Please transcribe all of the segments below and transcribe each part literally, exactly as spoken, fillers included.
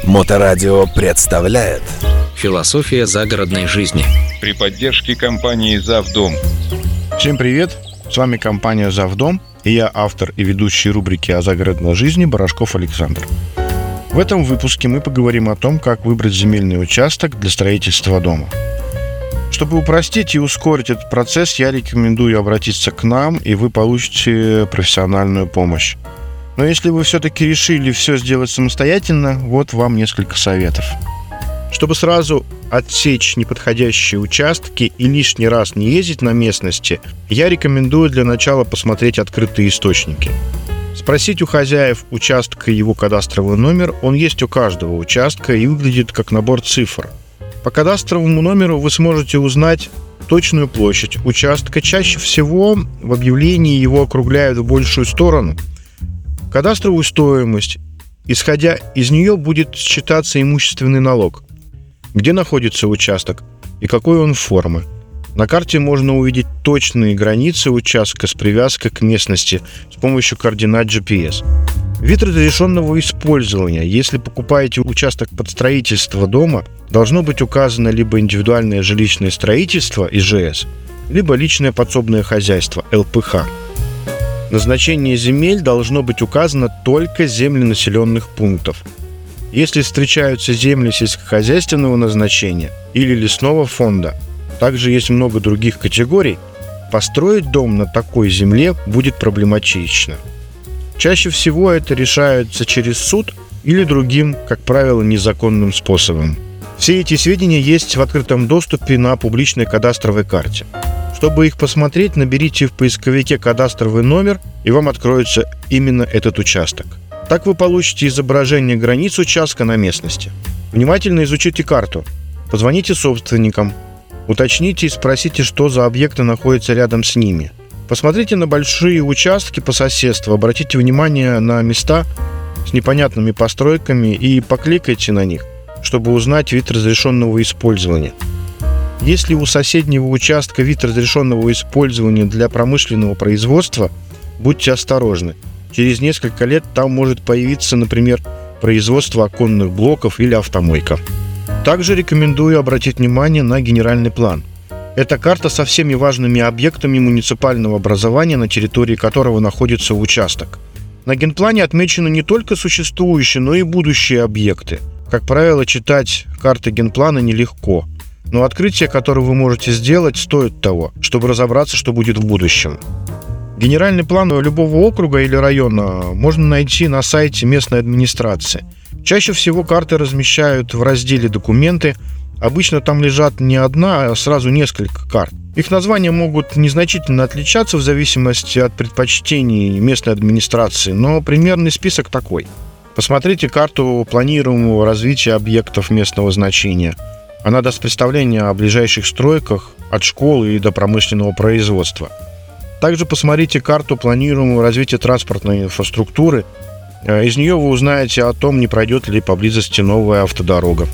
Моторадио представляет Философия загородной жизни при поддержке компании «Завдом». Всем привет! С вами компания «Завдом», и я автор и ведущий рубрики о загородной жизни Барашков Александр. В этом выпуске мы поговорим о том, как выбрать земельный участок для строительства дома. Чтобы упростить и ускорить этот процесс, я рекомендую обратиться к нам, и вы получите профессиональную помощь. Но если вы все-таки решили все сделать самостоятельно, вот вам несколько советов. Чтобы сразу отсечь неподходящие участки и лишний раз не ездить на местности, я рекомендую для начала посмотреть открытые источники. Спросить у хозяев участка его кадастровый номер, он есть у каждого участка и выглядит как набор цифр. По кадастровому номеру вы сможете узнать точную площадь участка. Чаще всего в объявлении его округляют в большую сторону. Кадастровую стоимость. Исходя из нее будет считаться имущественный налог. Где находится участок и какой он формы. На карте можно увидеть точные границы участка с привязкой к местности с помощью координат джи пи эс. Вид разрешенного использования. Если покупаете участок под строительство дома, должно быть указано либо индивидуальное жилищное строительство и жэ эс, либо личное подсобное хозяйство эл пэ ха. Назначение земель должно быть указано только земли населенных пунктов. Если встречаются земли сельскохозяйственного назначения или лесного фонда, также есть много других категорий, построить дом на такой земле будет проблематично. Чаще всего это решается через суд или другим, как правило, незаконным способом. Все эти сведения есть в открытом доступе на публичной кадастровой карте. Чтобы их посмотреть, наберите в поисковике кадастровый номер, и вам откроется именно этот участок. Так вы получите изображение границ участка на местности. Внимательно изучите карту. Позвоните собственникам. Уточните и спросите, что за объекты находятся рядом с ними. Посмотрите на большие участки по соседству, обратите внимание на места с непонятными постройками и покликайте на них, чтобы узнать вид разрешенного использования. Если у соседнего участка вид разрешенного использования для промышленного производства, будьте осторожны. Через несколько лет там может появиться, например, производство оконных блоков или автомойка. Также рекомендую обратить внимание на генеральный план. Это карта со всеми важными объектами муниципального образования, на территории которого находится участок. На генплане отмечены не только существующие, но и будущие объекты. Как правило, читать карты генплана нелегко, но открытие, которое вы можете сделать, стоит того, чтобы разобраться, что будет в будущем. Генеральный план любого округа или района можно найти на сайте местной администрации. Чаще всего карты размещают в разделе «Документы». Обычно там лежат не одна, а сразу несколько карт. Их названия могут незначительно отличаться в зависимости от предпочтений местной администрации, но примерный список такой. Посмотрите карту планируемого развития объектов местного значения. Она даст представление о ближайших стройках от школы и до промышленного производства. Также посмотрите карту планируемого развития транспортной инфраструктуры. Из нее вы узнаете о том, не пройдет ли поблизости новая автодорога.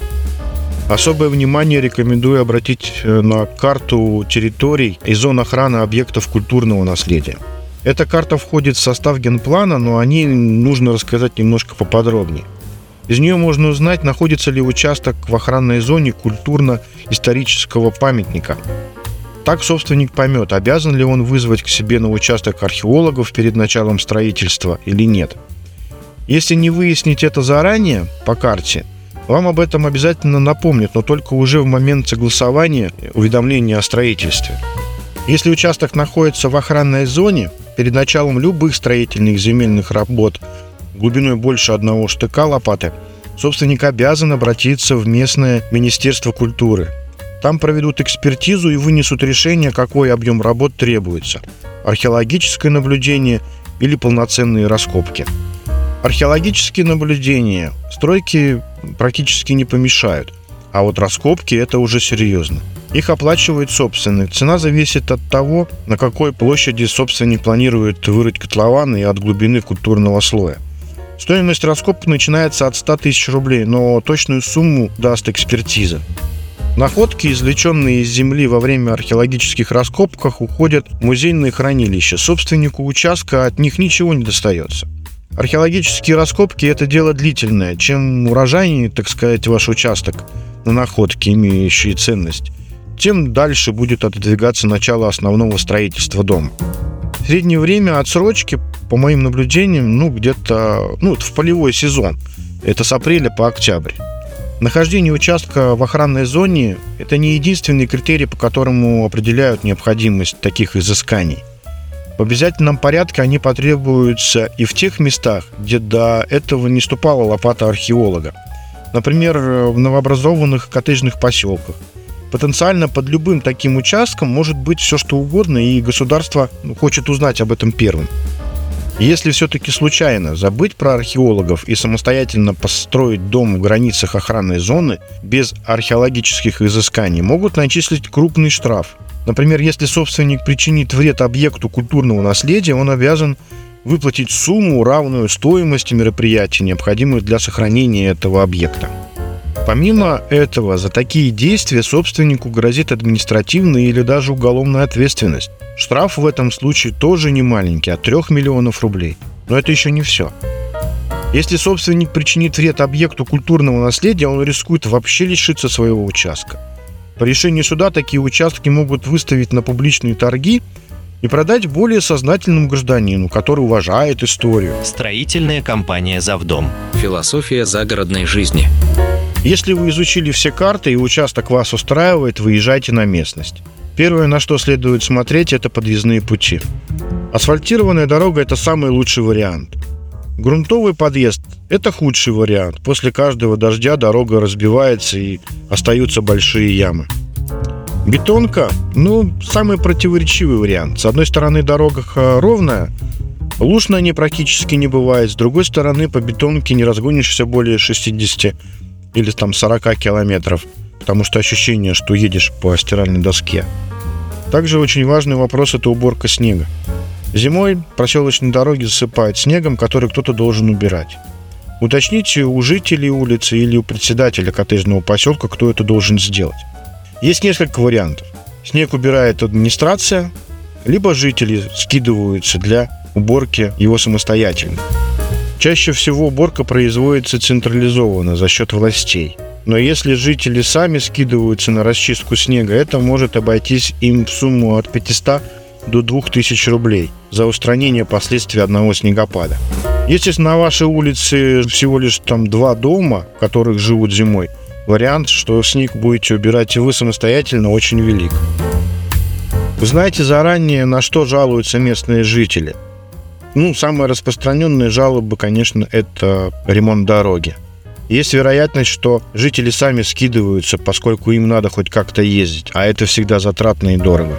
Особое внимание рекомендую обратить на карту территорий и зон охраны объектов культурного наследия. Эта карта входит в состав генплана, но о ней нужно рассказать немножко поподробнее. Из нее можно узнать, находится ли участок в охранной зоне культурно-исторического памятника. Так собственник поймет, обязан ли он вызвать к себе на участок археологов перед началом строительства или нет. Если не выяснить это заранее по карте, вам об этом обязательно напомнят, но только уже в момент согласования уведомления о строительстве. Если участок находится в охранной зоне, перед началом любых строительных земельных работ глубиной больше одного штыка лопаты, собственник обязан обратиться в местное Министерство культуры. Там проведут экспертизу и вынесут решение, какой объем работ требуется – археологическое наблюдение или полноценные раскопки. Археологические наблюдения стройки практически не помешают, а вот раскопки – это уже серьезно. Их оплачивает собственник. Цена зависит от того, на какой площади собственник планирует вырыть котлован и от глубины культурного слоя. Стоимость раскопки начинается от ста тысяч рублей, но точную сумму даст экспертиза. Находки, извлеченные из земли во время археологических раскопок, уходят в музейные хранилища. Собственнику участка от них ничего не достается. Археологические раскопки – это дело длительное. Чем урожайнее, так сказать, ваш участок на находке, имеющие ценность, тем дальше будет отодвигаться начало основного строительства дома. В среднее время отсрочки, по моим наблюдениям, ну, где-то ну, в полевой сезон. Это с апреля по октябрь. Нахождение участка в охранной зоне – это не единственный критерий, по которому определяют необходимость таких изысканий. В обязательном порядке они потребуются и в тех местах, где до этого не ступала лопата археолога. Например, в новообразованных коттеджных поселках. Потенциально под любым таким участком может быть все что угодно, и государство хочет узнать об этом первым. Если все-таки случайно забыть про археологов и самостоятельно построить дом в границах охранной зоны без археологических изысканий, могут начислить крупный штраф. Например, если собственник причинит вред объекту культурного наследия, он обязан выплатить сумму, равную стоимости мероприятия, необходимой для сохранения этого объекта. Помимо этого, за такие действия собственнику грозит административная или даже уголовная ответственность. Штраф в этом случае тоже не маленький, от трёх миллионов рублей. Но это еще не все. Если собственник причинит вред объекту культурного наследия, он рискует вообще лишиться своего участка. По решению суда такие участки могут выставить на публичные торги и продать более сознательному гражданину, который уважает историю. Строительная компания «Завдом». Философия загородной жизни. Если вы изучили все карты и участок вас устраивает, выезжайте на местность. Первое, на что следует смотреть, это подъездные пути. Асфальтированная дорога – это самый лучший вариант. Грунтовый подъезд – это худший вариант. После каждого дождя дорога разбивается и остаются большие ямы. Бетонка – ну, самый противоречивый вариант. С одной стороны, дорога ровная, луж на ней практически не бывает. С другой стороны, по бетонке не разгонишься более шестидесяти или там сорока километров, потому что ощущение, что едешь по стиральной доске. Также очень важный вопрос – это уборка снега. Зимой проселочные дороги засыпают снегом, который кто-то должен убирать. Уточните у жителей улицы или у председателя коттеджного поселка, кто это должен сделать. Есть несколько вариантов. Снег убирает администрация, либо жители скидываются для уборки его самостоятельно. Чаще всего уборка производится централизованно за счет властей. Но если жители сами скидываются на расчистку снега, это может обойтись им в сумму от пятисот до двух тысяч рублей за устранение последствий одного снегопада. Если на вашей улице всего лишь там два дома, в которых живут зимой, вариант, что снег будете убирать и вы самостоятельно, очень велик. Узнайте заранее, на что жалуются местные жители. Ну, самые распространенные жалобы, конечно, это ремонт дороги. Есть вероятность, что жители сами скидываются, поскольку им надо хоть как-то ездить, а это всегда затратно и дорого.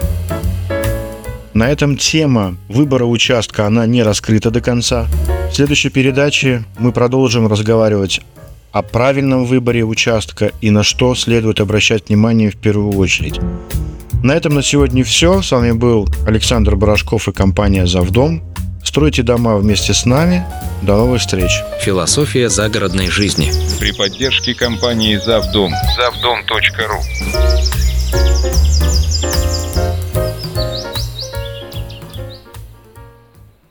На этом тема выбора участка, она не раскрыта до конца. В следующей передаче мы продолжим разговаривать о правильном выборе участка и на что следует обращать внимание в первую очередь. На этом на сегодня все. С вами был Александр Барашков и компания «Завдом». Стройте дома вместе с нами. До новых встреч. Философия загородной жизни. При поддержке компании «Завдом». завдом точка ру.